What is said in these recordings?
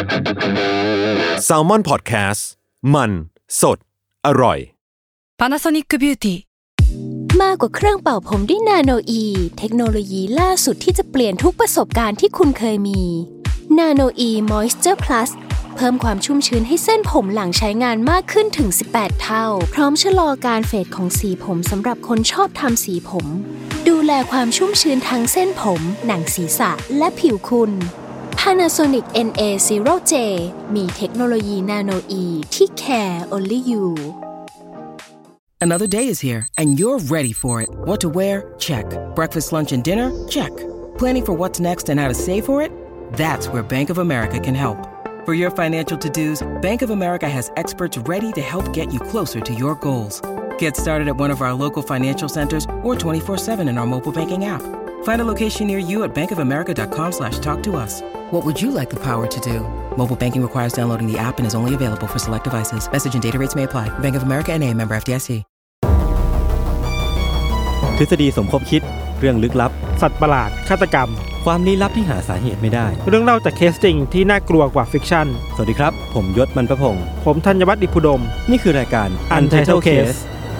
Salmon Podcast มันสดอร่อย Panasonic Beauty มากกว่าเครื่องเป่าผมด้วยนาโนอีเทคโนโลยีล่าสุดที่จะเปลี่ยนทุกประสบการณ์ที่คุณเคยมีนาโนอีมอยส์เจอร์พลัสเพิ่มความชุ่มชื้นให้เส้นผมหลังใช้งานมากขึ้นถึง18เท่าพร้อมชะลอการเฟดของสีผมสำหรับคนชอบทำสีผมดูแลความชุ่มชื้นทั้งเส้นผมหนังศีรษะและผิวคุณ Panasonic NA0J มีเทคโนโลยีนาโนอีที่ care only you Another day is here, and you're ready for it. What to wear? Check. Breakfast, lunch, and dinner? Check. Planning for what's next and how to save for it? That's where Bank of America can help. For your financial to-dos, Bank of America has experts ready to help get you closer to your goals. Get started at one of our local financial centers or 24/7 in our mobile banking app. Find a location near you at bankofamerica.com/talktous. What would you like the power to do? Mobile banking requires downloading the app and is only available for select devices. Message and data rates may apply. Bank of America NA, member FDIC. ทฤษฎีสมคบคิดเรื่องลึกลับสัตว์ประหลาดฆาตกรรมความลี้ลับที่หาสาเหตุไม่ได้เรื่องเล่าจากเคสจริงที่น่ากลัวกว่าฟิกชั่นสวัสดีครับผมยศมันประพงษ์ผมธัญวัฒน์อิพุดมนี่คือรายการ Untitled Case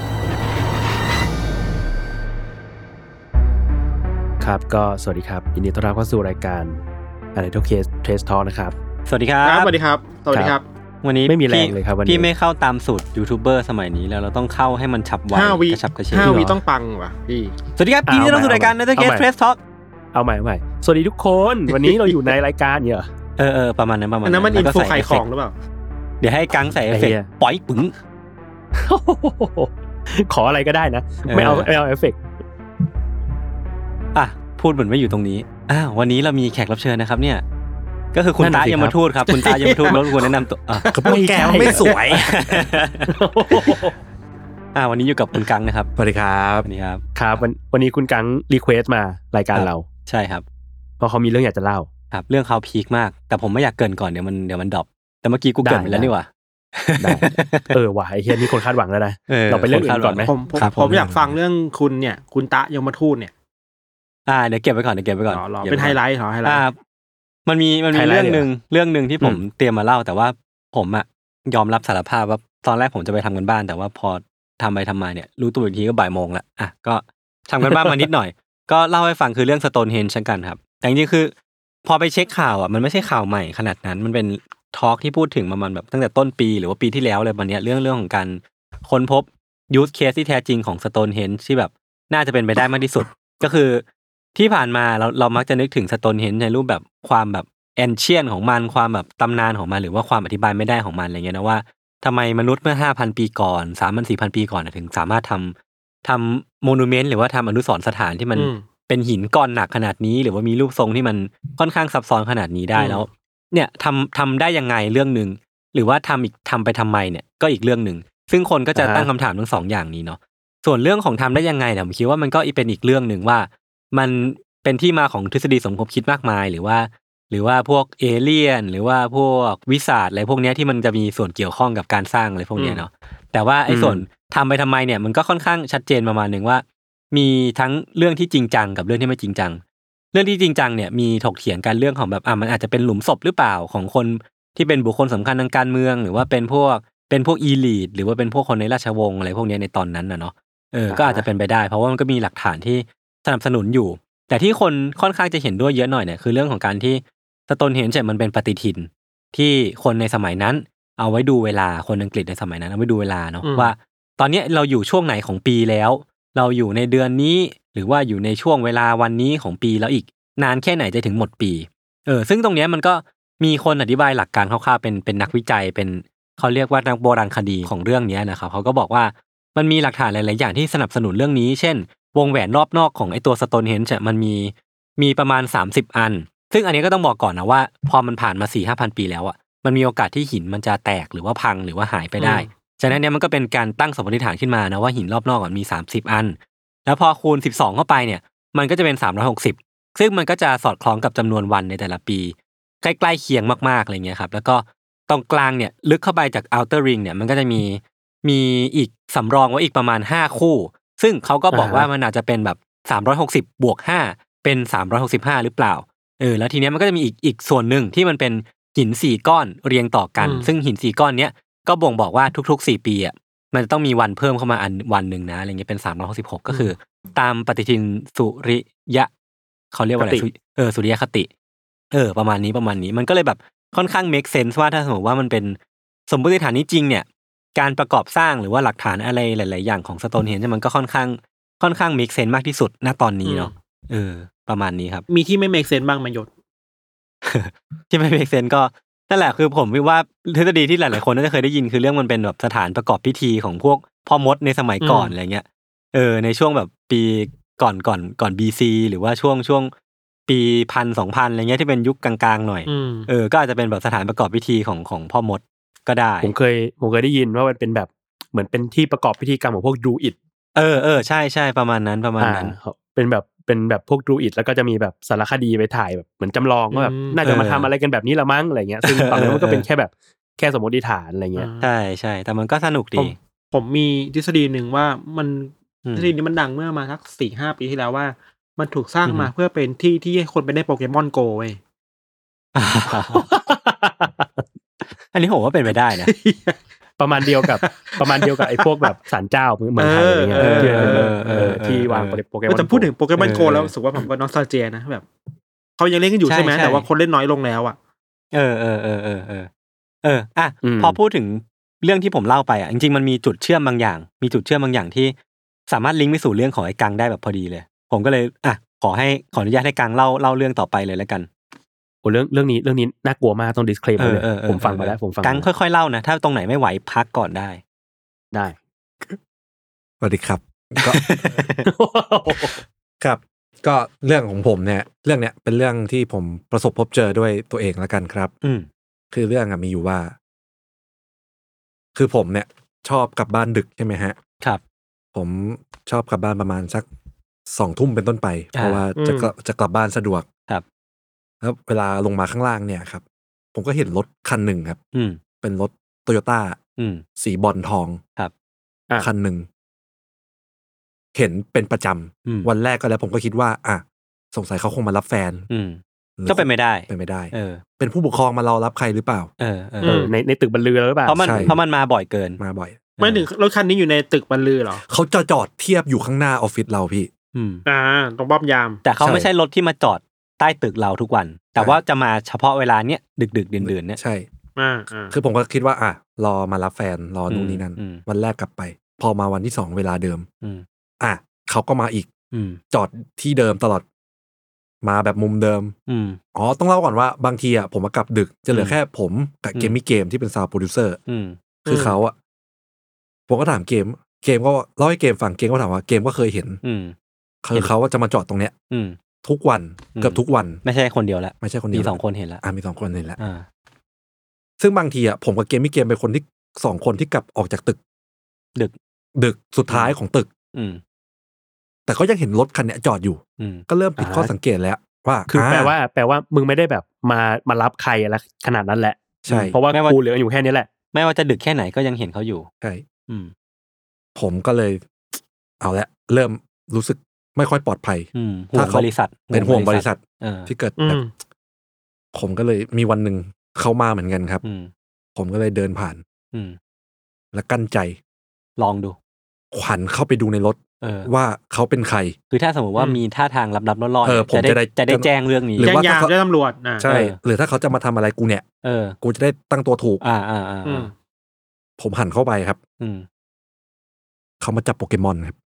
ครับก็สวัสดีครับยินดีต้อนรับเข้าสู่รายการ Untitled Case Trace Talk นะครับสวัสดีครับสวัสดีครับสวัสดีครับวันนี้ไม่มีแรงเลยครับวันนี้พี่ไม่เข้าตามสูตรยูทูบเบอร์สมัยนี้แล้วเราต้องเข้าให้มันฉับไวกระฉับกระเฉง 5 วิต้องปังว่ะพี่สวัสดีครับยินดีต้อนรับสู่รายการ Untitled Case Trace Talk เอาใหม่สวัสดีทุกคนวันนี้เราอยู่ในรายการเนี่ยประมาณนั้นมันอินโฟขายของหรือเปล่าเดี๋ยวให้กังใส่เอฟเฟคปล่อยปึ๋งขออะไรก็ได้นะไม่เอาเอฟเฟคพูดเหมือนไม่อยู่ตรงนี้วันนี้เรามีแขกรับเชิญนะครับเนี่ยก็คือคุณตายมทูตครับคุณตายมทูตรบกวนแนะนำตัวแกไม่สวยวันนี้อยู่กับคุณกังนะครับสวัสดีครับสวัสดีครับครับวันนี้คุณกังรีเควสต์มารายการเราใช่ครับเพราะเขามีเรื่องอยากจะเล่าครับเรื่องเขาพีคมากแต่ผมไม่อยากเกินก่อนเดี๋ยวมันดรอปแต่เมื่อกี้กูเกินไปแล้วนี่หว่าได้ว่ะไอ้เหี้ยนี่คนคาดหวังแล้วนะเราไปเรื่องอื่นก่อนมั้ยผมอยากฟังเรื่องคุณเนี่ยคุณตะยมทูตเนี่ยเดี๋ยวเก็บไว้ก่อนเป็นไฮไลท์เหรอไฮไลท์มันมีเรื่องนึงที่ผมเตรียมมาเล่าแต่ว่าผมยอมรับสารภาพว่าตอนแรกผมจะไปทำกันบ้านแต่ว่าพอทำไปทำมาเนี่ยรู้ตัวอีกทีก็บ่ายโมงแล้วก็ทำกันบ้านมานิดหน่อยก็เล่าให้ฟังคือเรื่อง Stonehenge เช่นกันครับแต่จริงๆคือพอไปเช็คข่าวมันไม่ใช่ข่าวใหม่ขนาดนั้นมันเป็นทอล์กที่พูดถึงประมาณแบบตั้งแต่ต้นปีหรือว่าปีที่แล้วเลยวันนี้เรื่องของการค้นพบ use case ที่แท้จริงของ Stonehenge ที่แบบน่าจะเป็นไปได้มากที่สุดก็คือที่ผ่านมาเรามักจะนึกถึง Stonehenge ในรูปแบบความแบบ ancient ของมันความแบบตำนานของมันหรือว่าความอธิบายไม่ได้ของมันอะไรเงี้ยนะว่าทำไมมนุษย์เมื่อ 5,000 ปีก่อน 3,000-4,000 ปีก่อนถึงสามารถทำโมนูเมนต์หรือว่าทำอนุสรณ์สถานที่มันเป็นหินก้อนหนักขนาดนี้หรือว่ามีรูปทรงที่มันค่อนข้างซับซ้อนขนาดนี้ได้แล้วเนี่ยทำได้ยังไงเรื่องนึงหรือว่าทำไปทำไมเนี่ยก็อีกเรื่องนึงซึ่งคนก็จะตั้งคำถามทั้งสองอย่างนี้เนาะส่วนเรื่องของทำได้ยังไงเนี่ยผมคิดว่ามันก็เป็นอีกเรื่องนึงว่ามันเป็นที่มาของทฤษฎีสมคบคิดมากมายหรือว่าพวกเอเลี่ยนหรือว่าพวกวิสาสอะไรพวกนี้ที่มันจะมีส่วนเกี่ยวข้องกับการสร้างอะไรพวกนี้เนาะแต่ว่าไอ้ส่วนทำไปทำไมเนี่ยมันก็ค่อนข้างชัดเจนประมาณนึงว่ามีทั้งเรื่องที่จริงจังกับเรื่องที่ไม่จริงจังเรื่องที่จริงจังเนี่ยมีถกเถียงกันเรื่องของแบบมันอาจจะเป็นหลุมศพหรือเปล่าของคนที่เป็นบุคคลสำคัญทางการเมืองหรือว่าเป็นพวกอีลีทหรือว่าเป็นพวกคนในราชวงศ์อะไรพวกนี้ในตอนนั้นเนาะก็อาจจะเป็นไปได้เพราะว่ามันก็มีหลักฐานที่สนับสนุนอยู่แต่ที่คนค่อนข้างจะเห็นด้วยเยอะหน่อยเนี่ยคือเรื่องของการที่Stonehengeมันเป็นปฏิทินที่คนในสมัยนั้นเอาไว้ดูเวลาคนอังกฤษในสมัยนั้นเอาไว้ดูเวลาเนาะว่าตอนนี้เราอยู่ช่วงไหนของปีแล้วเราอยู่ในเดือนนี้หรือว่าอยู่ในช่วงเวลาวันนี้ของปีแล้วอีกนานแค่ไหนจะถึงหมดปีซึ่งตรงนี้มันก็มีคนอธิบายหลักการคร่าวๆเป็นนักวิจัยเป็นเขาเรียกว่านักโบราณคดีของเรื่องนี้นะครับเขาก็บอกว่ามันมีหลักฐานหลายๆอย่างที่สนับสนุนเรื่องนี้เช่นวงแหวนรอบนอกของไอ้ตัว Stonehenge มันมีประมาณ30อันซึ่งอันนี้ก็ต้องบอกก่อนนะว่าพอมันผ่านมา 4-5,000 ปีแล้วมันมีโอกาสที่หินมันจะแตกหรือว่าพังหรือว่าหายไปได้ฉะนั้นเนี่ยมันก็เป็นการตั้งสมมติฐานขึ้นมานะว่าหินรอบนอกมี30อันแล้วพอคูณ12เข้าไปเนี่ยมันก็จะเป็น360ซึ่งมันก็จะสอดคล้องกับจำนวนวันในแต่ละปีใกล้ๆเคียงมากๆอะไรเงี้ยครับแล้วก็ตรงกลางเนี่ยลึกเข้าไปจาก outer ring เนี่ยมันก็จะมีอีกสำรองไว้อีกประมาณ5คู่ซึ่งเขาก็บอกว่ามันอาจจะเป็นแบบ360บวก5เป็น365หรือเปล่าแล้วทีเนี้ยมันก็จะมีอีกส่วนหนึ่งที่มันเป็นหิน4ก้อนเรียงต่อกันซึ่งหิน4ก้อนเนี้ยก็บ่งบอกว่าทุกๆ4ปีอ่ะมันจะต้องมีวันเพิ่มเข้ามาวันนึงนะอะไรเงี้ยเป็น366ก็คือตามปฏิทินสุริยะเขาเรียกว่าอะไรสุริยคติประมาณนี้มันก็เลยแบบค่อนข้าง make sense ว่าถ้าสมมติว่ามันเป็นสมมติฐานนี้จริงเนี่ยการประกอบสร้างหรือว่าหลักฐานอะไรหลายๆอย่างของสโตนเฮนจ์มันก็ค่อนข้าง make sense มากที่สุดณตอนนี้เนาะประมาณนี้ครับมีที่ไม่ make sense บ้างมั้ยยศที่ไม่ make sense ก็นั่นแหละคือผมว่าทฤษฎีที่หลายๆคนน่าจะเคยได้ยินคือเรื่องมันเป็นแบบสถานประกอบพิธีของพวกพ่อมดในสมัยก่อนอะไรเงี้ยในช่วงแบบปีก่อน BC หรือว่าช่วงปี1,000-2,000อะไรเงี้ยที่เป็นยุคกลางๆหน่อยก็อาจจะเป็นแบบสถานประกอบพิธีของพ่อมดก็ได้ผมเคยได้ยินว่ามันเป็นแบบเหมือนเป็นที่ประกอบพิธีกรรมของพวกดรูอิดใช่ๆประมาณนั้นเป็นแบบพวกดรูอิดแล้วก็จะมีแบบสารคดีไปถ่ายแบบเหมือนจำลองว่าแบบน่าจะมาทำอะไรกันแบบนี้ละมั้งอะไรเงี้ยซึ่งตอนนั้นมันก็เป็นแค่สมมติฐานอะไรเงี้ยใช่แต่มันก็สนุกดีผมมีทฤษฎีนึงว่ามันทฤษฎีนี้มันดังเมื่อมาสัก 4-5 ปีที่แล้วว่ามันถูกสร้างมาเพื่อเป็นที่ให้คนไปได้โปเกมอนโกเว้ยอันนี้ผมว่าเป็นไปได้นะประมาณเดียวกับไอ้พวกแบบศาลเจ้าเมืองไทยอะไรเงี้ยที่วางโปเกมอนแต่พูดถึงโปเกมอนโกแล้วรู้สึกว่าผมก็นอสตาเจียนะแบบเขายังเล่นกันอยู่ใช่ไหมแต่ว่าคนเล่นน้อยลงแล้วอ่ะพอพูดถึงเรื่องที่ผมเล่าไปอ่ะจริงๆมันมีจุดเชื่อมบางอย่างที่สามารถลิงก์ไปสู่เรื่องของไอ้กังได้แบบพอดีเลยผมก็เลยขออนุญาตให้กังเล่าเรื่องต่อไปเลยแล้วกันโอ้เรื่องนี้น่ากลัวมากต้อง disclaimer เลยผมฟังมาแล้วกังค่อยๆเล่านะถ้าตรงไหนไม่ไหวพักก่อนได้สวัสดีครับก็ ครับก็เรื่องของผมเนี่ยเรื่องเนี้ยเป็นเรื่องที่ผมประสบพบเจอด้วยตัวเองแล้วกันครับคือเรื่องมีอยู่ว่าคือผมเนี่ยชอบกลับบ้านดึกใช่ไหมฮะครับผมชอบกลับบ้านประมาณสัก 20:00 เป็นต้นไปเพราะว่าจะกลับบ้านสะดวกครับแล้วเวลาลงมาข้างล่างเนี่ยครับผมก็เห็นรถคันหนึ่งครับเป็นรถโตโยต้าสีบอลทองครับคันหนึ่งเห็นเป็นประจำวันแรกก็แล้วผมก็คิดว่าสงสัยเขาคงมารับแฟนก็เป็นไม่ได้เป็นผู้ปกครองมารอรับใครหรือเปล่าในตึกบรรลือหรือเปล่าเพราะมันมาบ่อยเกินมาบ่อยไม่ถึงรถคันนี้อยู่ในตึกบรรลือเหรอเขาจอดเทียบอยู่ข้างหน้าออฟฟิศเราพี่ตรงป้อมยามแต่เขาไม่ใช่รถที่มาจอดใต้ตึกเราทุกวันแต่ว่าจะมาเฉพาะเวลาเนี้ยดึกดื่นๆเนี่ยใช่คือผมก็คิดว่ารอมารับแฟนรอนู่นนี่นั่นวันแรกกลับไปพอมาวันที่2เวลาเดิมเขาก็มาอีกจอดที่เดิมตลอดมาแบบมุมเดิมต้องเล่าก่อนว่าบางทีผมมากลับดึกจะเหลือแค่ผมกับเกมที่เป็นซาวด์โปรดิวเซอร์คือเขาผมก็ถามเกมก็เล่าให้เกมฟังเกมก็ถามว่าเกมก็เคยเห็นคือเขาจะมาจอดตรงเนี้ยทุกวันเกือบทุกวันไม่ใช่คนเดียวแล้วไม่ใช่คนเดียวมี2คนเห็นแล้วมี2คนเห็นแล้วซึ่งบางทีผมกับเกมเป็นคนที่2คนที่กลับออกจากตึกดึกสุดท้ายของตึกแต่ก็ยังเห็นรถคันนี้จอดอยู่ก็เริ่มผิดข้อสังเกตแล้วว่าคือแปลว่ามึงไม่ได้แบบมารับใครอะไรขนาดนั้นแหละใช่เพราะว่ากูเหลืออยู่แค่นี้แหละไม่ว่าจะดึกแค่ไหนก็ยังเห็นเขาอยู่ใช่ผมก็เลยเอาละเริ่มรู้สึกไม่ค่อยปลอดภัยถ้าเขาบริษัทเป็นห่วงบริษัทที่เกิดแบบผมก็เลยมีวันหนึ่งเข้ามาเหมือนกันครับผมก็เลยเดินผ่านแล้วกั้นใจลองดูขวัญเข้าไปดูในรถว่าเขาเป็นใครคือถ้าสมมติว่ามีท่าทางลับๆล่อๆจะได้แจ้งเรื่องนี้หรือว่าถ้าได้ตำรวจใช่หรือถ้าเขาจะมาทำอะไรกูเนี่ยกูจะได้ตั้งตัวถูกผมหันเข้าไปครับเขามาจับโปเกมอนครับ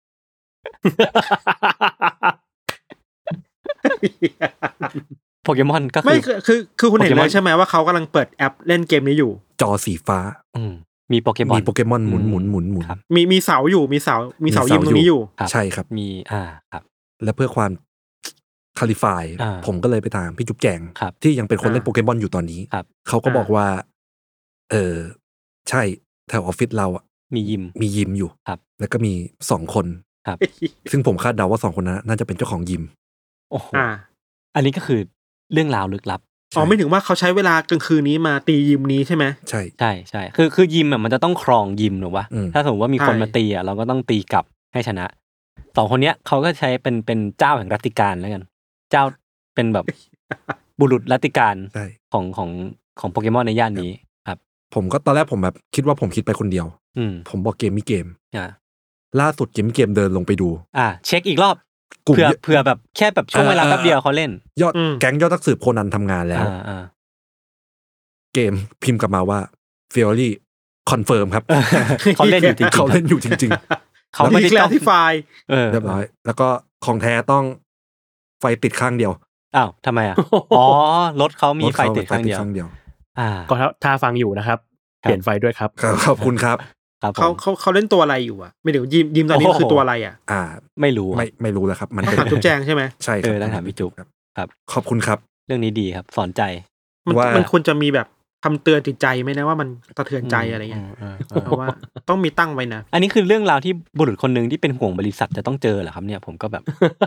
โปเกมอนก็ไม่คือคุณเห็นเลยใช่ไหมว่าเขากำลังเปิดแอปเล่นเกมนี้อยู่จอสีฟ้ามีโปเกมอนหมุนมีเสาอยู่มีเสายิมตรงนี้อยู่ใช่ครับมีครับและเพื่อความคลิฟายผมก็เลยไปถามพี่จุ๊บแจงที่ยังเป็นคนเล่นโปเกมอนอยู่ตอนนี้เขาก็บอกว่าใช่แถวออฟฟิศเรามียิมอยู่แล้วก็มี2คนซึ่งผมคาดเดาว่า2คนนั้นน่าจะเป็นเจ้าของยิมโอ้โหอันนี้ก็คือเรื่องราวลึกลับไม่ถึงว่าเขาใช้เวลากลางคืนนี้มาตียิมนี้ใช่ไหมใช่คือยิมมันจะต้องครองยิมหรือวะถ้าสมมติว่ามีคนมาตีเราก็ต้องตีกลับให้ชนะ2คนเนี้ยเขาก็ใช้เป็นเจ้าแห่งรัตติการแล้วกันเจ้าเป็นแบบบุรุษรัตติการของของโปเกมอนในย่านนี้ครับผมก็ตอนแรกผมแบบคิดว่าผมคิดไปคนเดียวผมบอกเกมมีเกมล่าสุดเกมมีเกมเดินลงไปดูเช็คอีกรอบเผื่อแบบแค่แบบช่วงเวลาแป๊บเดียวเขาเล่นยอดแก๊งยอดนักสืบโคนันทำงานแล้วเกมพิมพ์กลับมาว่า Fiori คอนเฟิร์มครับเขาเล่นอยู่จริงๆเขาเล่นอยู่จริงๆเขาไม่ได้ต้องที่ไฟล์เรียบร้อยแล้วก็ของแท้ต้องไฟติดข้างเดียวอ้าวทำไมอ๋อรถเขามีไฟติดข้างเดียวก็ถ้าฟังอยู่นะครับเปลี่ยนไฟด้วยครับขอบคุณครับเขาเล่นตัวอะไรอยู่อ่ะไม่เดี๋ยวยิมตอนนี้คือตัวอะไรอ่ะไม่รู้แล้วครับมันเป็นจุ๊บแจงใช่ไหมใช่ครับต้องถามพี่จุ๊บครับขอบคุณครับเรื่องนี้ดีครับสอนใจมันควรจะมีแบบคำเตือนจิตใจไหมนะว่ามันสะเทือนใจอะไรเงี้ยเพราะว่าต้องมีตั้งไว้นะอันนี้คือเรื่องราวที่บุรุษคนนึงที่เป็นห่วงบริษัทจะต้องเจอเหรอครับเนี่ยผมก็แบบ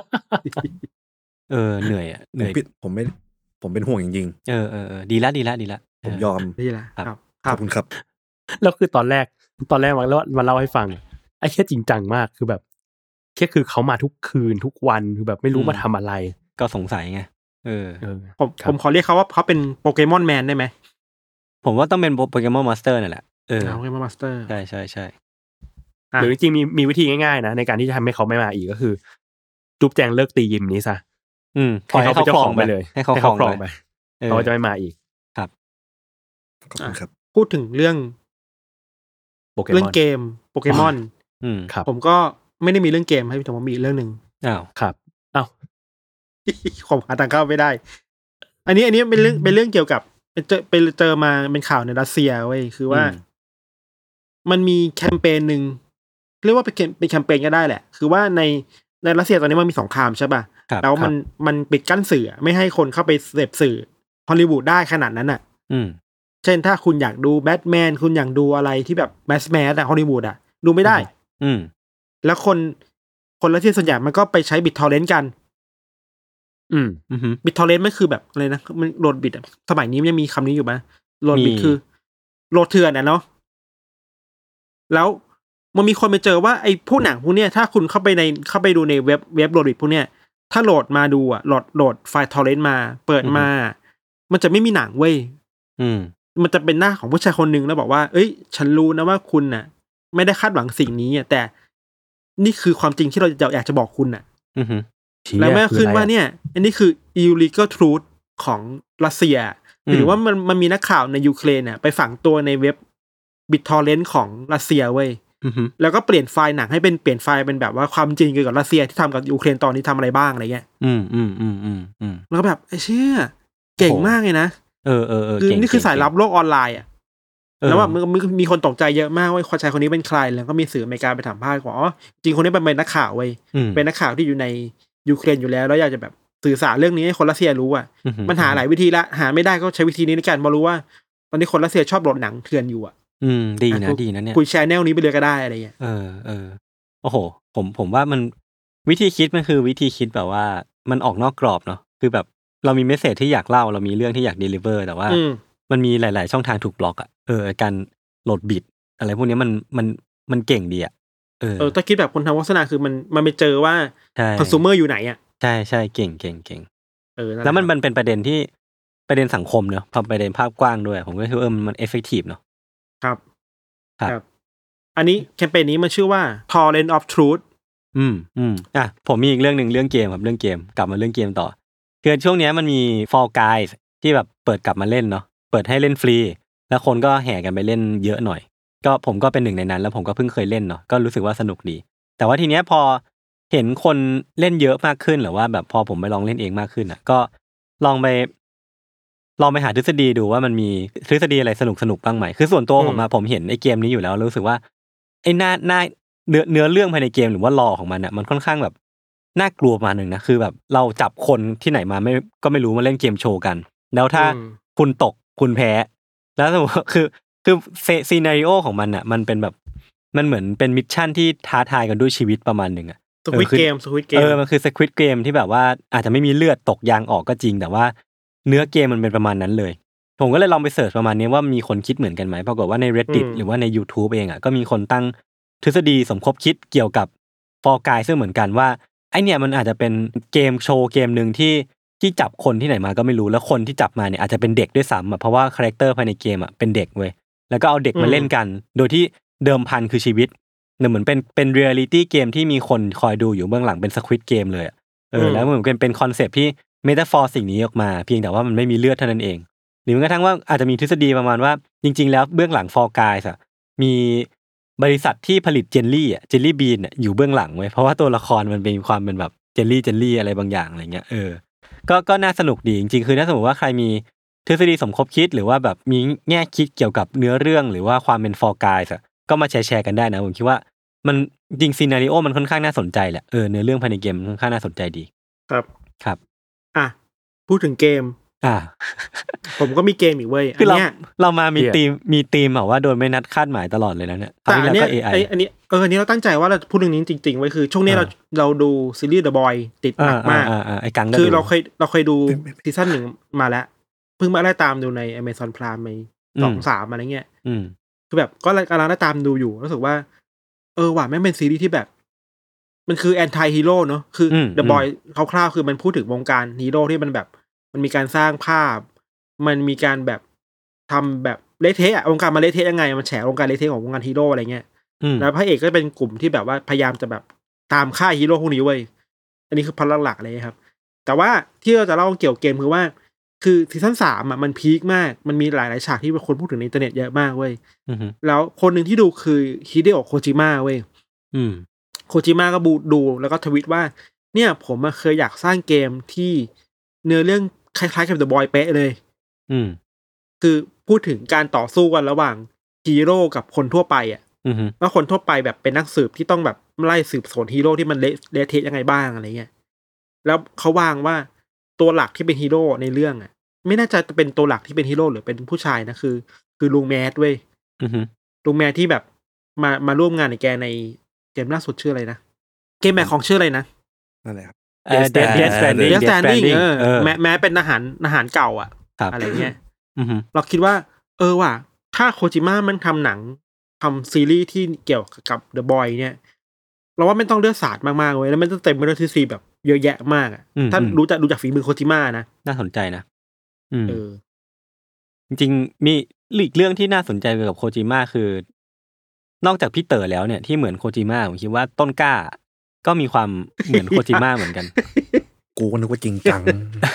เหนื่อยอ่ะเหนื่อยผมเป็นห่วงจริงๆดีละผมยอมดีละครับขอบคุณครับแล้วคือตอนแรกมาเล่าให้ฟังไอ้แค่จริงจังมากคือแบบแค่คือเขามาทุกคืนทุกวันคือแบบไม่รู้มาทำอะไรก็สงสัยไงผมขอเรียกเขาว่าเขาเป็นโปเกมอนแมนได้ไหมผมว่าต้องเป็นโปเกมอนมาสเตอร์นั่นแหละโปเกมอนมาสเตอร์ใช่หรือจริงๆมีวิธีง่ายๆนะในการที่จะทำให้เขาไม่มาอีกก็คือจุ๊บแจงเลิกตียิมนี้ซะให้เขาเป็นเจ้าของไปเลยให้เขาครองไปเขาจะไม่มาอีกครับขอบคุณครับพูดถึงเรื่องเกมโปเกมอนผมก็ไม่ได้มีเรื่องเกมให้ผมมีเรื่องนึงครับผมหาทางเข้าไม่ได้อันนี้เป็นเรื่องเกี่ยวกับเจอมาเป็นข่าวในรัสเซียเว้ยคือว่ามันมีแคมเปญนึงเรียกว่าเป็นแคมเปญก็ได้แหละคือว่าในรัสเซียตอนนี้มันมีสงครามใช่ป่ะแล้วมันปิดกั้นสื่อไม่ให้คนเข้าไปเสพสื่อฮอลลีวูดได้ขนาดนั้นอ่ะเช่นถ้าคุณอยากดูแบทแมนคุณอยากดูอะไรที่แบบแมสอะฮอลลีวูดอะดูไม่ได้แล้วคนรัสเซียส่วนใหญ่มันก็ไปใช้บิตทอร์เรนต์กันบิตทอร์เรนต์ไม่คือแบบอะไรนะมันโหลดบิตสมัยนี้มันยังมีคำนี้อยู่ไหมโหลดบิตคือโหลดเถื่อนเนาะแล้วมันมีคนไปเจอว่าไอ้ผู้หนังพวกเนี้ยถ้าคุณเข้าไปดูในเว็บโหลดบิตพวกเนี้ยถ้าโหลดมาดูอะโหลดไฟล์ทอร์เรนต์มาเปิดมามันจะไม่มีหนังเว้ยมันจะเป็นหน้าของผู้ชายคนหนึ่งแล้วบอกว่าเอ้ยฉันรู้นะว่าคุณน่ะไม่ได้คาดหวังสิ่งนี้แต่นี่คือความจริงที่เราอยากจะบอกคุณน่ะแล้วแม่ขึ้นว่าเนี่ยอันนี้คือ illegal truth ของรัสเซียหรือว่ามันมีนักข่าวในยูเครนน่ะไปฝังตัวในเว็บ BitTorrent ของรัสเซียเว้ยแล้วก็เปลี่ยนไฟล์หนังให้เป็นเปลี่ยนไฟล์เป็นแบบว่าความจริงเกี่ยวกับรัสเซียที่ทำกับยูเครนตอนนี้ทำอะไรบ้างอะไรเงี้ยแล้วก็แบบไอ้เชี่ยเก่งมากเลยนะคือนี่คือสายลับโลกออนไลน์อ่ะแล้วแบบมันมีคนตกใจเยอะมากว่าคนชายคนนี้เป็นใครแล้วก็มีสื่ออเมริกาไปถามพาดว่าอ๋อจริงคนนี้เป็นนักข่าวเว้ยเป็นนักข่าวที่อยู่ในยูเครนอยู่แล้วอยากจะแบบสื่อสารเรื่องนี้ให้คนรัสเซียรู้อ่ะมันหาหลายวิธีละหาไม่ได้ก็ใช้วิธีนี้ในการมารู้ว่าตอนนี้คนรัสเซียชอบโหลดหนังเถื่อนอยู่อ่ะดีนะเนี่ยคุยแชร์แนลนี้ไปเลยก็ได้อะไรเงี้ยโอ้โหผมว่ามันวิธีคิดมันคือวิธีคิดแบบว่ามันออกนอกกรอบเนาะคือแบบเรามีเมสเสจที่อยากเล่าเรามีเรื่องที่อยากเดลิเวอร์แต่ว่ามันมีหลายๆช่องทางถูกบล็อกอ่ะการโหลดบิตอะไรพวกนี้มันเก่งดีอ่ะถ้าคิดแบบคนทำโฆษณาคือมันไปเจอว่าคอน sumer อยู่ไหนอ่ะใช่เก่งแล้วมันเป็นประเด็นที่ประเด็นสังคมเนอะพอประเด็นภาพกว้างด้วยผมก็คิดว่ามันเอฟเฟกตีฟเนาะครับอันนี้แคมเปญนี้มันชื่อว่า Torrent of Truth ผมมีอีกเรื่องนึงเรื่องเกมครับเรื่องเกมกลับมาเรื่องเกมต่อคือช่วงนี้มันมี Fall Guys ที่แบบเปิดกลับมาเล่นเนาะเปิดให้เล่นฟรีแล้วคนก็แห่กันไปเล่นเยอะหน่อยก็ผมก็เป็นหนึ่งในนั้นแล้วผมก็เพิ่งเคยเล่นเนาะก็รู้สึกว่าสนุกดีแต่ว่าทีเนี้ยพอเห็นคนเล่นเยอะมากขึ้นหรือว่าแบบพอผมไปลองเล่นเองมากขึ้นอ่ะก็ลองไปหาทฤษฎีดูว่ามันมีทฤษฎีอะไรสนุกบ้างไหมคือส่วนตัวผมเห็นไอ้เกมนี้อยู่แล้วรู้สึกว่าไอ้หน้าเนื้อเรื่องภายในเกมหรือว่าลอของมันอ่ะมันค่อนข้างแบบน่ากลัวมาหนึ่งนะคือแบบเราจับคนที่ไหนมาก็ไม่รู้มาเล่นเกมโชว์กันแล้วถ้าคุณตกคุณแพ้แล้วสมมติคือซีนาริโอของมันอ่ะมันเป็นแบบมันเหมือนเป็นมิชชั่นที่ท้าทายกันด้วยชีวิตประมาณนึงอ่ะสควิดเกมมันคือสควิดเกมที่แบบว่าอาจจะไม่มีเลือดตกยางออกก็จริงแต่ว่าเนื้อเกมมันเป็นประมาณนั้นเลยผมก็เลยลองไปเสิร์ชประมาณนี้ว่ามีคนคิดเหมือนกันไหมปรากฏว่าใน Reddit หรือว่าใน YouTube เองอ่ะก็มีคนตั้งทฤษฎีสมคบคิดเกี่ยวกับ Fall Guys ซึ่งเหมือนกันว่าไอเนี่ยมันอาจจะเป็นเกมโชว์เกมนึงที่ที่จับคนที่ไหนมาก็ไม่รู้แล้วคนที่จับมาเนี่ยอาจจะเป็นเด็กด้วยซ้ำเพราะว่าคาแรคเตอร์ภายในเกมเป็นเด็กเว้ยแล้วก็เอาเด็กมาเล่นกันโดยที่เดิมพันคือชีวิตเหมือนเป็นเรียลลิตี้เกมที่มีคนคอยดูอยู่เบื้องหลังเป็นสควิดเกมเลยแล้วเหมือนเป็นคอนเซปต์ที่เมตาฟอร์สิ่งนี้ออกมาเพียงแต่ว่ามันไม่มีเลือดเท่านั้นเองหรือแม้กระทั่งว่าอาจจะมีทฤษฎีประมาณว่าจริงๆแล้วเบื้องหลัง Fall Guys มีบริษัทที่ผลิตเจลลี่บีนอยู่เบื้องหลังไว้เพราะว่าตัวละครมันเป็นความเป็นแบบเจลลี่อะไรบางอย่างอะไรเงี้ยก็น่าสนุกดีจริงๆคือถ้าสมมติว่าใครมีทฤษฎีสมคบคิดหรือว่าแบบมีแง่คิดเกี่ยวกับเนื้อเรื่องหรือว่าความเป็น Fall Guys ก็มาแชร์กันได้นะผมคิดว่ามันจริงซีนาริโอมันค่อนข้างน่าสนใจแหละเนื้อเรื่องภายในเกมค่อนข้างน่าสนใจดีครับพูดถึงเกมผมก็มีเกมอีกเว้ยคือเรามามีธีมแบบว่าโดยไม่นัดคาดหมายตลอดเลยนะเนี่ยแต่อันนี้อันนี้เราตั้งใจว่าเราพูดเรื่องนี้จริงๆไว้คือช่วงนี้เราดูซีรีส์ The Boy ติดมากไอ้กังคือเราเคยดูซีซั่น1มาแล้วเพิ่งมาได้ตามดูใน Amazon Prime ไป 2-3 อะไรเงี้ยคือแบบก็กำลังได้ตามดูอยู่รู้สึกว่าว่ะแม่งเป็นซีรีส์ที่แบบมันคือแอนตี้ฮีโร่เนาะคือ The Boy คร่าวๆคือมันพูดถึงวงการฮีโร่ที่มันแบบมันมีการสร้างภาพมันมีการแบบทำแบบเละเทะวงการมันเละเทะยังไงมันแฉวงการเละเทะของวงการฮีโร่อะไรเงี้ยแล้วพระเอกก็เป็นกลุ่มที่แบบว่าพยายามจะแบบตามฆ่าฮีโร่พวกนี้เว้ยอันนี้คือพลังหลักเลยครับแต่ว่าที่เราจะเล่าเกี่ยวกับเกมคือว่าคือซีซั่น3มันพีคมากมันมีหลายๆฉากที่คนพูดถึงในอินเทอร์เน็ตเยอะมากเว้ยแล้วคนนึงที่ดูคือฮิเดโอะโคจิมะเว้ยโคจิมะก็ดูแล้วก็ทวิตว่าเนี่ยผมเคยอยากสร้างเกมที่เนื้อเรื่องคล้ายๆกับ The Boy เป๊ะเลยคือพูดถึงการต่อสู้กันระหว่างฮีโร่กับคนทั่วไปว่าคนทั่วไปแบบเป็นนักสืบที่ต้องแบบไล่สืบสวนฮีโร่ที่มันเละเทะยังไงบ้างอะไรเงี้ยแล้วเขาวางว่าตัวหลักที่เป็นฮีโร่ในเรื่องไม่น่าจะเป็นตัวหลักที่เป็นฮีโร่หรือเป็นผู้ชายนะคือลุงแมดเว้ยลุงแมดที่แบบมาร่วมงานในแกในเกมล่าสุดชื่ออะไรนะเกมแมทของชื่ออะไรนะนั่นแหละครับ Death Stranding แม้เป็นทหารเก่าอะไรเงี้ยเราคิดว่าว่ะถ้าโคจิมะมันทำหนังทำซีรีส์ที่เกี่ยวกับ The Boy เนี่ยเราว่าไม่ต้องเลือดสาดมากๆเว้ยแล้วมันจะเต็มไปด้วยทฤษฎีแบบเยอะแยะมากถ้าดูจากฝีมือโคจิมะนะน่าสนใจนะจริงๆมีอีกเรื่องที่น่าสนใจเกี่ยวกับโคจิมะคือนอกจากพี่เต๋อแล้วเนี่ยที่เหมือนโคจิมะผมคิดว่าต้นกล้าก็มีความเหมือนโคจิมะเหมือนกันกูนึกว่าจริงจัง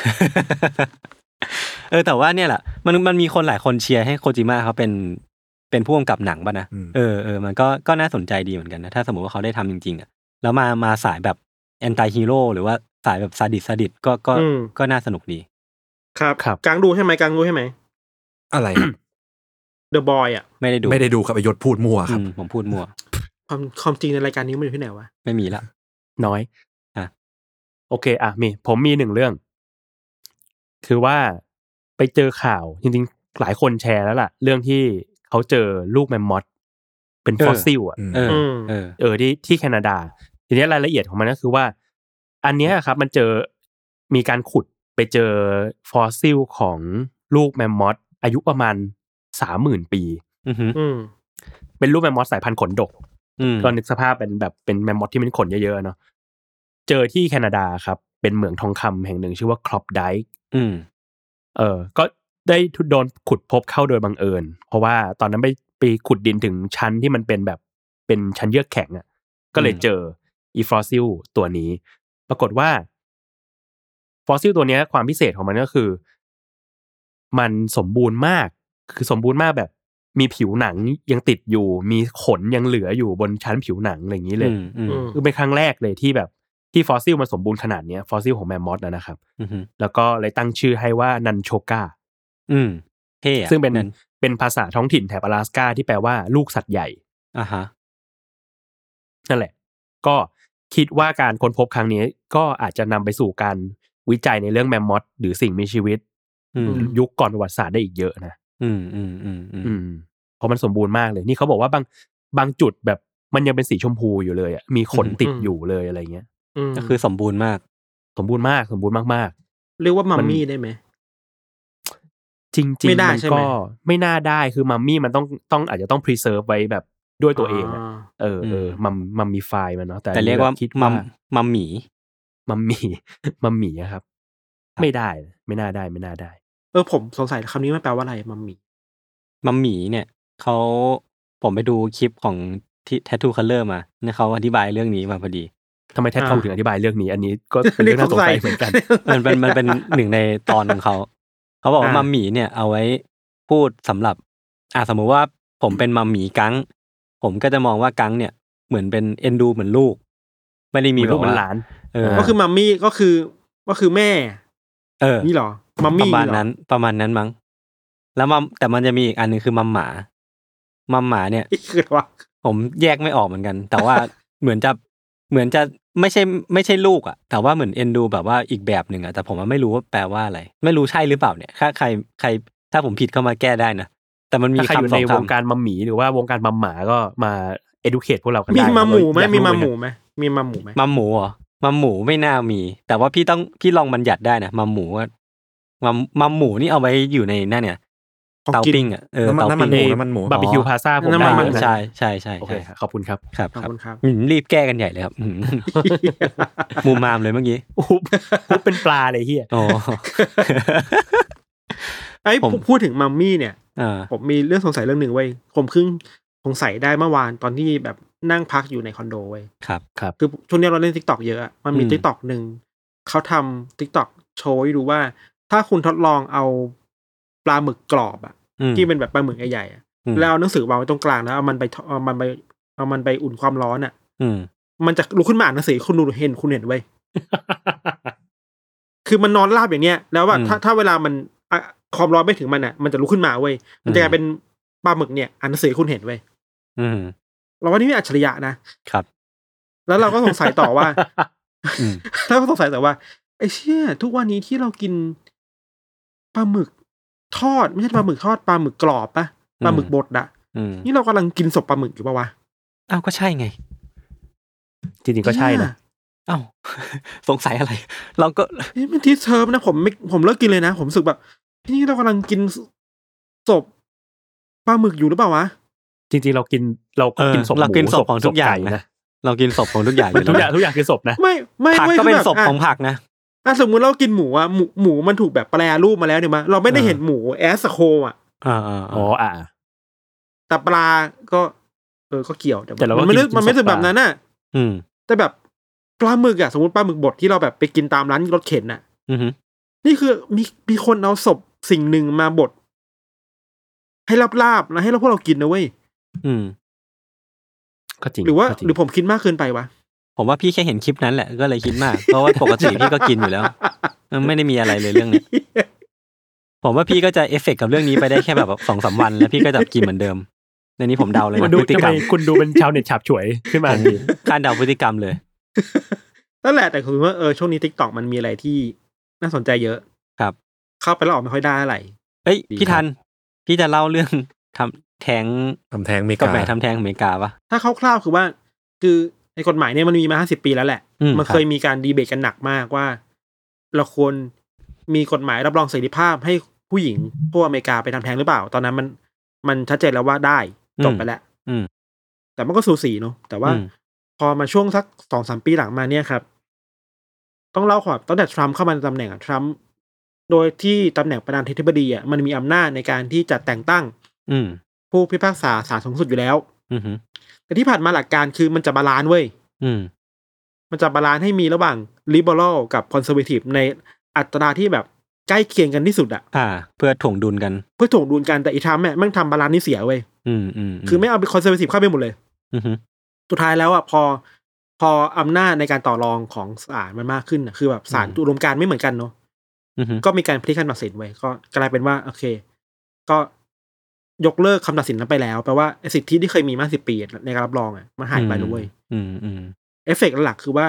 แต่ว่าเนี่ยแหละมันมีคนหลายคนเชียร์ให้โคจิมะเขาเป็นผู้กำกับหนังป่ะนะมันก็น่าสนใจดีเหมือนกันนะถ้าสมมติว่าเขาได้ทำจริงๆแล้วมาสายแบบแอนตี้ฮีโร่หรือว่าสายแบบซาดิสก็น่าสนุกดีครับกลางดูใช่ไหมอะไร The Boy ไม่ได้ดูครับไอยศพูดมั่วครับผมพูดมั่วความจริงในรายการนี้มันอยู่ที่ไหนวะไม่มีละน้อยโอเคผมมี1เรื่องคือว่าไปเจอข่าวจริงๆหลายคนแชร์แล้วล่ะเรื่องที่เขาเจอลูกแมมมอธเป็นฟอสซิลที่แคนาดาทีนี้รายละเอียดของมันก็คือว่าอันนี้ครับมันมีการขุดไปเจอฟอสซิลของลูกแมมมอธอายุประมาณ 30,000 ปีเป็นลูกแมมมอธสายพันธุ์ขนดกก็นึกสภาพเป็นแมมมอธที่มีขนเยอะๆเนาะเจอที่แคนาดาครับเป็นเหมืองทองคำแห่งหนึ่งชื่อว่าคลอปไดค์ก็ได้โดนขุดพบเข้าโดยบังเอิญเพราะว่าตอนนั้นไปขุดดินถึงชั้นที่มันเป็นแบบเป็นชั้นเยือกแข็งก็เลยเจออีฟอสซิลตัวนี้ปรากฏว่าฟอสซิลตัวนี้ความพิเศษของมันก็คือมันสมบูรณ์มากคือสมบูรณ์มากแบบมีผิวหนังยังติดอยู่มีขนยังเหลืออยู่บนชั้นผิวหนังอะไรอย่างนี้เลยคือเป็นครั้งแรกเลยที่แบบที่ฟอสซิลมันสมบูรณ์ขนาดนี้ฟอสซิลของแมมมอธนะครับแล้วก็เลยตั้งชื่อให้ว่านันโชกาเท่ซึ่งเป็นภาษาท้องถิ่นแถบ阿拉斯กาที่แปลว่าลูกสัตว์ใหญ่นั่นแหละก็คิดว่าการค้นพบครั้งนี้ก็อาจจะนำไปสู่การวิจัยในเรื่องแมมมอธหรือสิ่งมีชีวิตยุคก่อนประวัติศาสตร์ได้อีกเยอะนะเพราะมันสมบูรณ์มากเลยนี่เขาบอกว่าบางจุดแบบมันยังเป็นสีชมพูอยู่เลยมีขนติดอยู่เลยอะไรเงี้ยก็คือสมบูรณ์มากมากเรียกว่ามัมมี่ได้ไหมจริงๆมันก็ไม่น่าได้คือมัมมี่มันต้องอาจจะต้อง preserve ไว้แบบด้วยตัวเองมัมมีไฟล์มันเนาะแต่เรียกว่ามัมหมีครับไม่ได้ไม่น่าได้ผมสงสัยคำนี้มันแปลว่าอะไรมัมมี่เนี่ยผมไปดูคลิปของที่ Tattoo Color มาเนี่ยเขาอธิบายเรื่องนี้มาพอดีทำไมTattooถึงอธิบายเรื่องนี้อันนี้ก็เป็นเรื่องน่าสงสัยเหมือนกันมันเป็นหนึ่งในตอนของเขาบอกว่ามัมมี่เนี่ยเอาไว้พูดสำหรับสมมุติว่าผมเป็นมัมมี่กังผมก็จะมองว่ากังเนี่ยเหมือนเป็นเอ็นดูเหมือนลูกไม่ได้มีแบบว่าหลานก็คือมัมมี่ก็คือแม่นี่หรอมัมมี่ประมาณนั้นมั้งแล้วแต่มันจะมีอีกอันนึงคือมัมหมาเนี่ยคือว่าผมแยกไม่ออกเหมือนกันแต่ว่าเหมือนจะไม่ใช่ลูกอ่ะแต่ว่าเหมือนเอ็นดูแบบว่าอีกแบบนึงอ่ะแต่ผมไม่รู้ว่าแปลว่าอะไรไม่รู้ใช่หรือเปล่าเนี่ยถ้าใครถ้าผมผิดเข้ามาแก้ได้นะแต่มันมีคำสองคำในวงการมัมหมีหรือว่าวงการมัมหมาก็มา educate พวกเรากันได้มีมัมหมูมั้ยมีมัมหมูมั้ยมัมหมูเหรอมัมหมูไม่น่ามีแต่ว่าพี่ลองบัญญัติได้นะมัมหมูว่ามัมหมูนี่เอาไว้อยู่ในนั่นเนี่ยเตาปิ้งอ่ะเตาปิ้งมันหมูบาร์บีคิวพาซ่าผมได้ใช่โอเคขอบคุณครับครับรีบแก้กันใหญ่เลยครับมูมามเลยเมื่อกี้ปุ๊บเป็นปลาเลยเหี้ยอ๋อผมพูดถึงมัมมี่เนี่ยผมมีเรื่องสงสัยเรื่องนึงเว้ยผมสงสัยได้เมื่อวานตอนที่แบบนั่งพักอยู่ในคอนโดเว้ยครับคือช่วงนี้เราเล่น TikTok เยอะมันมี TikTok นึงเขาทำ TikTok โชว์ให้ดูว่าถ้าคุณทดลองเอาปลาหมึกกรอบอ่ะที่เป็นแบบปลาหมึกใหญ่ๆแล้วเอาหนังสือวางไว้ตรงกลางแล้วเอามันไปอุ่นความร้อนอ่ะมันจะลุกขึ้นมาอ่านหนังสือคุณเห็นเว้ย คือมันนอนราบอย่างเนี้ยแล้วว่าถ้าเวลามันความร้อนไม่ถึงมันอ่ะมันจะลุกขึ้นมาเว้ยมันจะกลายเป็นปลาหมึกเนี่ยอ่านหนังสือคุณเห็นเว้ยเราว่านี่ไม่อัจฉริยะนะครับแล้วเราก็สงสัยต่อว่าแล้วก็สงสัยต่อว่าไอ้เชี่ยทุกวันนี้ที่เรากินปลาหมึกทอดไม่ใช่ปลาหมึกทอดปลาหมึกกรอบปะปลาหมึกบดอ่ะนี่เรากำลังกินศพปลาหมึกอยู่ปะวะอ้าวก็ใช่ไงจริงๆก็ใช่นะอ้าวสงสัยอะไรเราก็มันที่เทอมนะผมเลิกกินเลยนะผมรู้สึกแบบนี่เรากำลังกินศพปลาหมึกอยู่หรือเปล่าวะจริงๆเรากินศพของทุกอย่างนะเรากินศพของทุกอย่างทุกอย่างคือศพนะไม่ผักก็เป็นศพของผักนะสมมุติเรากินหมูอ่ะหมูมันถูกแบบแปรรูปมาแล้วเนี่ยมาเราไม่ได้เห็นหมูแอสโคอ่ะแต่ปลาก็ก็เกี่ยวแต่มันไม่ถึงแบบนั้นน่ะแต่แบบปลาหมึกอ่ะสมมติปลาหมึกบดที่เราแบบไปกินตามร้านรถเข็นน่ะนี่คือมีคนเอาศพสิ่งหนึ่งมาบดให้ลาบๆแล้วให้พวกเรากินนะเว้ยก็จริงหรือผมคิดมากเกินไปวะผมว่าพี่แค่เห็นคลิปนั้นแหละก็เลยคิดมากเพราะว่าปกติพี่ก็กินอยู่แล้วมันไม่ได้มีอะไรเลยเรื่องนี้ผมว่าพี่ก็จะเอฟเฟกต์กับเรื่องนี้ไปได้แค่แบบ 2-3 วันแล้วพี่ก็จะกินเหมือนเดิมในนี้ผมเดาเลยพฤติกรรมคุณดูเป็นชาวเน็ตฉาบฉวยขึ้นมาดีคาดเดาพฤติกรรมเลยนั่นแหละแต่คือว่าช่วงนี้ TikTok มันมีอะไรที่น่าสนใจเยอะครับเข้าไปแล้วออกไม่ค่อยได้อะไรพี่ทันพี่จะเล่าเรื่องทำแท้งอเมริกากฎหมายทำแท้งอเมริกาปะถ้าคร่าวๆคือว่าคือในกฎหมายเนี่ยมันมีมา50 ปีแล้วแหละมันเคยมีการดีเบตกันหนักมากว่าเราควรมีกฎหมายรับรองเสรีภาพให้ผู้หญิงพวกอเมริกาไปทำแท้งหรือเปล่าตอนนั้นมันชัดเจนแล้วว่าได้จบไปแล้วแต่มันก็สูสีเนาะแต่ว่าพอมาช่วงสัก 2-3 ปีหลังมาเนี่ยครับต้องเล่าก่อนตั้งแต่ทรัมป์เข้ามาในตำแหน่งทรัมป์โดยที่ตำแหน่งประธานาธิบดีมันมีอำนาจในการที่จะแต่งตั้งผู้พิพากษาศาลสูงสุดอยู่แล้วแต่ที่ผ่านมาหลักการคือมันจะบาลานซ์เว้ยมันจะบาลานซ์ให้มีระหว่าง liberal กับ conservative ในอัตราที่แบบใกล้เคียงกันที่สุดเพื่อถ่วงดุลกันแต่อีทรัมป์แม่งทำบาลานซ์นี่เสียเว้ยคือไม่เอา conservative เข้าไปหมดเลยสุดท้ายแล้วพออำนาจในการต่อรองของศาลมันมากขึ้นคือแบบศาลอุดมการณ์ไม่เหมือนกันเนาะก็มีการพลิกคำตัดสินไว้ก็กลายเป็นว่าโอเคก็ยกเลิกคำตัดสินนั้นไปแล้วแปลว่าสิทธิที่เคยมีมา10 ปีในการรับรองมันหายไปด้วยเอฟเฟกต์หลักคือว่า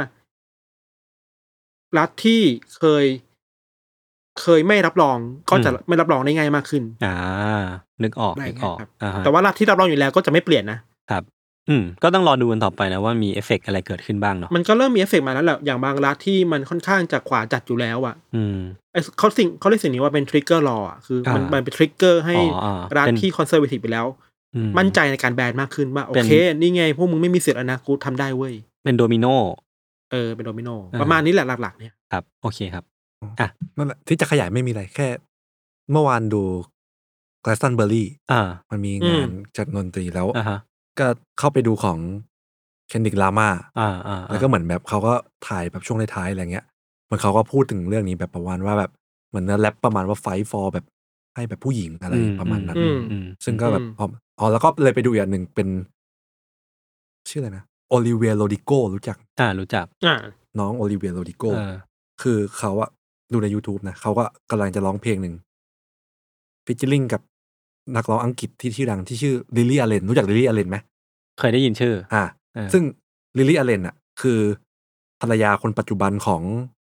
รัฐที่เคยไม่รับรองก็จะไม่รับรองได้ง่ายมากขึ้นนึกออกแต่ว่ารัฐที่รับรองอยู่แล้วก็จะไม่เปลี่ยนนะครับก็ต้องรอดูกันต่อไปนะว่ามีเอฟเฟกต์อะไรเกิดขึ้นบ้างเนาะมันก็เริ่มมีเอฟเฟกต์มาแล้วแหละอย่างบางรัฐที่มันค่อนข้างจะขวาจัดอยู่แล้วเขาเรียกสิ่งนี้ว่าเป็นทริกเกอร์ลอคือมันเป็นทริกเกอร์ให้รัฐที่คอนเซอร์เวทีฟไปแล้วมั่นใจในการแบนมากขึ้นว่าโอเคนี่ไงพวกมึงไม่มีสิทธิ์แล้วนะกูทำได้เว้ยเป็นโดมิโนเป็นโดมิโนประมาณนี้แหละหลักๆเนี่ยครับโอเคครับนั่นแหละที่จะขยายไม่มีอะไรแค่เมื่อวานดู Glastonbury มันมีงานจัดดนตรีแล้วก็เข้าไปดูของ Kendrick Lamar แล้วก็เหมือนแบบเขาก็ถ่ายแบบช่วงท้ายๆอะไรเงี้ยเหมือนเขาก็พูดถึงเรื่องนี้แบบประมาณว่าแบบเหมือนแรปประมาณว่า fight for แบบให้แบบผู้หญิงอะไรประมาณนั้นซึ่งก็แบบแล้วก็เลยไปดูอย่างหนึ่งเป็นชื่ออะไรนะโอลิเวียโรดิโกรู้จักน้องโอลิเวียโรดิโกคือเขาอะดูใน YouTube นะเขาก็กำลังจะร้องเพลงหนึ่งฟีเจอริ่งกับนักร้องอังกฤษที่ชื่อดังที่ชื่อลิลลี่อเลนรู้จักลิลลี่อเลนไหมเคยได้ยินชื่อซึ่งลิลลี่อเลนอะคือภรรยาคนปัจจุบันของ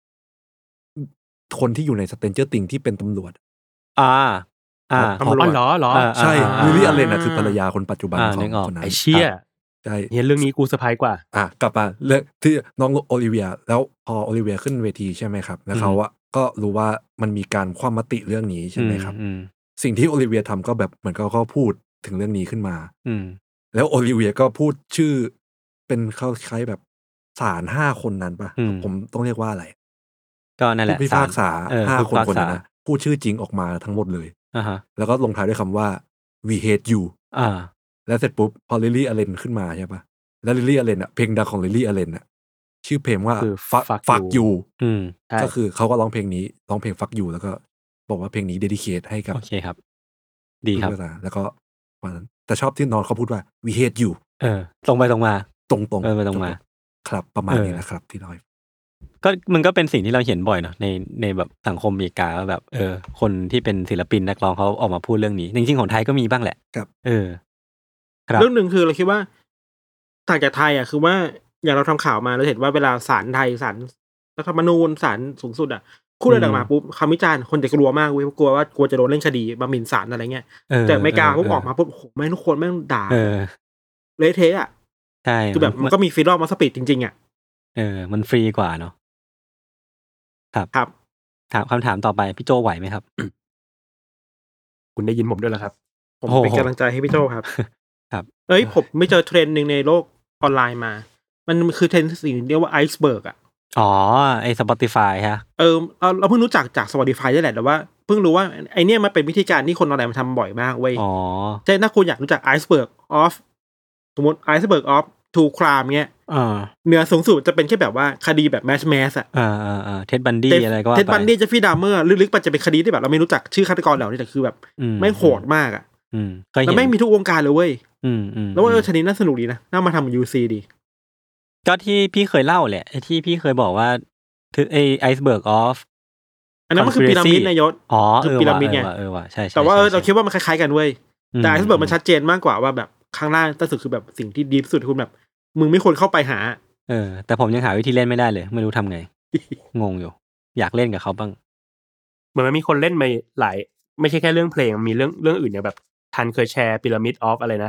คนที่อยู่ใน Stranger Things ที่เป็นตำรวจตำรวจเหรอใช่ลิลลี่อเลนอะคือภรรยาคนปัจจุบันของคนนั้นไอเชี่ยใช่เห็นเรื่องนี้กูเซอร์ไพรส์กว่ากลับมาเรื่องที่น้องโอลิเวียแล้วพอโอลิเวียขึ้นเวทีใช่ไหมครับแล้วเขาอะก็รู้ว่ามันมีการคว่ำมติเรื่องนี้ใช่ไหมครับสิ่งที่โอลิเวียทำก็แบบเหมือนเขาพูดถึงเรื่องนี้ขึ้นมาแล้วโอลิเวียก็พูดชื่อเป็นเขาคล้ายแบบศาล5 คนนั้นปะผมต้องเรียกว่าอะไรก็นั่นแหละผู้พิพากษา5 คนนั้นนะพูดชื่อจริงออกมาทั้งหมดเลยแล้วก็ลงท้ายด้วยคำว่า we hate you แล้วเสร็จปุ๊บพอลิลลี่อเลนขึ้นมาใช่ปะแล้วลิลลี่อเลนอ่ะเพลงดังของลิลลี่อเลนอ่ะชื่อเพลงว่า fuck you ก็คือเขาก็ร้องเพลงนี้ร้องเพลง fuck you แล้วก็บอกว่าเพลงนี้ dedicate ให้กับโอเคครับดีครับแล้วก็วันนั้นแต่ชอบที่น้องเขาพูดว่า we hate you ตรงไปตรงมาตรงไปตรงมาครับประมาณนี้นะครับที่น้อยก็มันก็เป็นสิ่งที่เราเห็นบ่อยเนาะในแบบสังคมอเมริกาว่าแบบคนที่เป็นศิลปินนักร้องเขาออกมาพูดเรื่องนี้จริงๆของไทยก็มีบ้างแหละครับเรื่องหนึ่งคือเราคิดว่าต่างจากไทยอ่ะคือว่าอย่างเราทำข่าวมาเราเห็นว่าเวลาศาลไทยศาลรัฐธรรมนูญศาลสูงสุดอ่ะพูดอะไรออกมาปุ๊บคำวิจารณ์คนจะกลัวมากเว้ยกลัวว่ากลัวจะโดนเล่นคดีมาหมิ่นศาลอะไรเงี้ยแต่อเมริกาปุ๊บออกมาปุ๊บโอ้โหแม่งทุกคนแม่งด่าเละเทะอ่ะใช่คือแบบมันก็มีฟรีดอมมาสปีดจริงๆอ่ะมันฟรีกว่าเนาะครับถามคำถามต่อไปพี่โจไหวไหมครับคุณได้ยินผมด้วยเหรอครับผมเป็นกำลังใจให้พี่โจครับครับผมไม่เจอเทรนด์นึงในโลกออนไลน์มามันคือเทรนด์สิ่งเรียกว่าไอซ์เบิร์กอ่ะไอ้ Spotify ฮะเราเพิ่งรู้จักจาก Spotify ได้แหละแต่ว่าเพิ่งรู้ว่าไอเนี้ยมันเป็นวิธีการที่คนออนไลน์มันทำบ่อยมากเว้ยใช่ถ้าคุณอยากรู้จักไอซ์เบิร์กออฟสมมติไอซ์เบิร์กออฟทูครามเงี้ยเนื้อสูงสุดจะเป็นแค่แบบว่าคดีแบบแมสอ่ะเท็ดบันดี้อะไรก็ว่าไปเท็ดบันดี้เจฟฟี่ดามเมอร์ลึกๆมันจะเป็นคดีที่แบบเราไม่รู้จักชื่อฆาตกรเหล่านี้แต่คือแบบไม่โหดมากอ่ะแล้วไม่มีทุกวงการเลยเว้ยแล้วว่าชนิดน่าสนุกดีนะน่ามาทำ UC ดีก็ที่พี่เคยเล่าแหละที่พี่เคยบอกว่าคือไอซ์เบิร์กออฟอันนั้นมันคือพีระมิดนายยศคือพีระมิดไงใช่แต่ว่าเราคิดว่ามันคล้ายๆกันเว้ยแต่ไอซ์เบิร์กมันชัดเจนมากกว่าว่าแบบข้างล่างใต้สุดคือแบบสิ่งที่ดีที่สุดคุณแบบมึงไม่ควรเข้าไปหาแต่ผมยังหาวิธีเล่นไม่ได้เลยไม่รู้ทำไง งงอยู่อยากเล่นกับเขาบ้างเหมือนมันมีคนเล่นมาหลายไม่ใช่แค่เรื่องเพลงมีเรื่องอื่นอย่างแบบทันเคยแชร์พีระมิดออฟอะไรนะ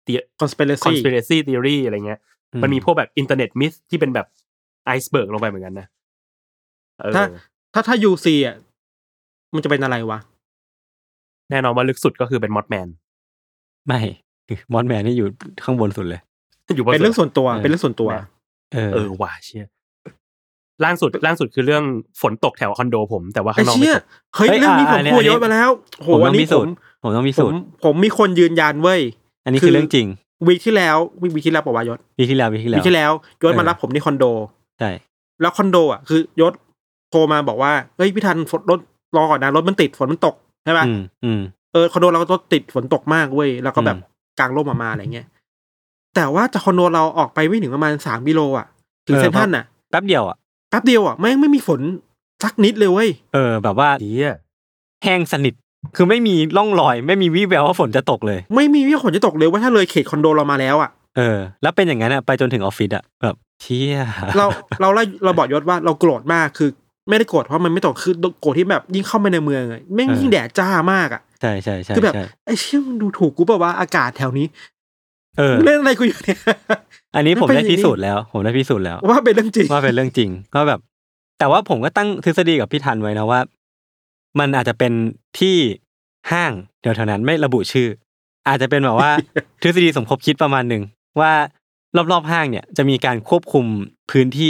conspiracy theory อะไรเงี้ยมันมีพวกแบบอินเทอร์เน็ตมิสที่เป็นแบบไอซ์เบิร์กลงไปเหมือนกันนะถ้า UC อ่ะมันจะเป็นอะไรวะแน่นอนว่าลึกสุดก็คือเป็นมอดแมนไม่มอดแมนนี่อยู่ข้างบนสุดเลยเป็นเรื่องส่วนตัวว่ะเชี่ยล่างสุดคือเรื่องฝนตกแถวคอนโดผมแต่ว่าข้างนอกไม่ตกเฮ้ยเรื่องนี้ผมพูดเยอะมาแล้วโหอันนี้ผมต้องมีสูตรผมมีคนยืนยันเว้ยอันนี้คือเรื่องจริงวีคที่แล้วปะวะยศวีคที่แล้วยศมารับผมที่คอนโดใช่แล้วคอนโดอ่ะคือยศโทรมาบอกว่าเฮ้ยพี่ทันรถรอก่อนนะรถมันติดฝนมันตกใช่ป่ะคอนโดเราก็รถติดฝนตกมากเว้ยแล้วก็แบบกางร่มมาอะไรเงี้ยแต่ว่าจากคอนโดเราออกไปไม่ถึงประมาณ3 กิโลอ่ะถึงเซ็นทรัลน่ะแป๊บเดียวอ่ะไม่มีฝนสักนิดเลยเว้ยแบบว่าแห้งสนิทคือไม่มีร่องรอยไม่มีวี่แววว่าฝนจะตกเลยไม่มีวี่ฝนจะตกเลยว่าถ้าเลยเขตคอนโดเรามาแล้วอ่ะแล้วเป็นอย่างนั้นอ่ะไปจนถึงออฟฟิศอ่ะแบบเชี่ยเราบอกยศว่าเราโกรธมากคือไม่ได้โกรธเพราะมันไม่ตกคือโกรธที่แบบยิ่งเข้ามาในเมืองอ่ะแม่งยิ่งแดดจ้ามากอ่ะใช่ๆๆคือแบบไอ้เชี่ยมึงดูถูกกูป่ะว่าอากาศแถวนี้เล่นอะไรกูอยู่เนี่ยอันนี้ผมได้พิสูจน์แล้วว่าเป็นเรื่องจริงก็แบบแต่ว่าผมก็ตั้งทฤษฎีกับพี่ทันไว้นะว่ามันอาจจะเป็นที่ห้างเดี๋ยวเท่านั้นไม่ระบุชื่ออาจจะเป็นแบบว่า ทฤษฎีสมคบคิดประมาณนึงว่ารอบๆห้างเนี่ยจะมีการควบคุมพื้นที่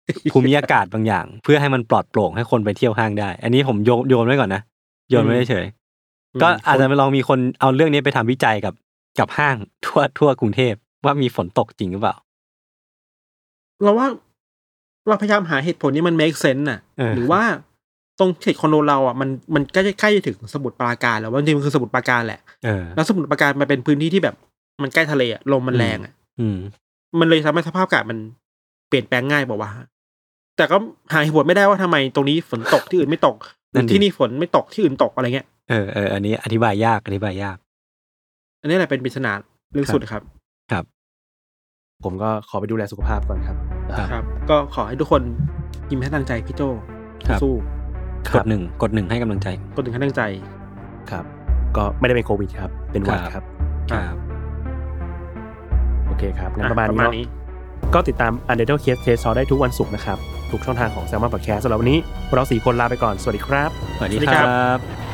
ภูมิอากาศบางอย่าง เพื่อให้มันปลอดโปร่งให้คนไปเที่ยวห้างได้ อันนี้ผมโยนไว้ก่อนนะโยนไว้เฉยก็อาจจะลองมีคนเอาเรื่องนี้ไปทำวิจัยกับห้างทั่วกรุงเทพว่ามีฝนตกจริงหรือเปล่าเราว่าเราพยายามหาเหตุผลนี้มัน make sense น่ะหรือว่าตรงเขตคอนโดเราอ่ะมันใกล้จะถึงสมุทรปราการแล้วว่าจริงๆมันคือสมุทรปราการแหละแล้วสมุทรปราการมันเป็นพื้นที่ที่แบบมันใกล้ทะเลอ่ะลมมันแรงอ่ะมันเลยทำให้สภาพอากาศมันเปลี่ยนแปลงง่ายป่าววะแต่ก็หาเหตุผลไม่ได้ว่าทำไมตรงนี้ฝนตกที่อื่นไม่ตกที่นี่ฝนไม่ตกที่อื่นตกอะไรเงี้ยอันนี้อธิบายยากอันนี้แหละเป็นปริศนาเรื่องสุดครับครับผมก็ขอไปดูแลสุขภาพก่อนครับครับก็ขอให้ทุกคนยิ้มให้กำลังใจพี่โจสู้กด1ให้กำลังใจกด1ให้กำลังใจครับก็ไม่ได้เป็นโควิดครับเป็นหวัดครับโอเคครับงั้นประมาณนี้ก็ติดตาม Untitled Case Test Talk ได้ทุกวันศุกร์นะครับทุกช่องทางของ Salmon Podcast สำหรับวันนี้เรา4คนลาไปก่อนสวัสดีครับสวัสดีครับ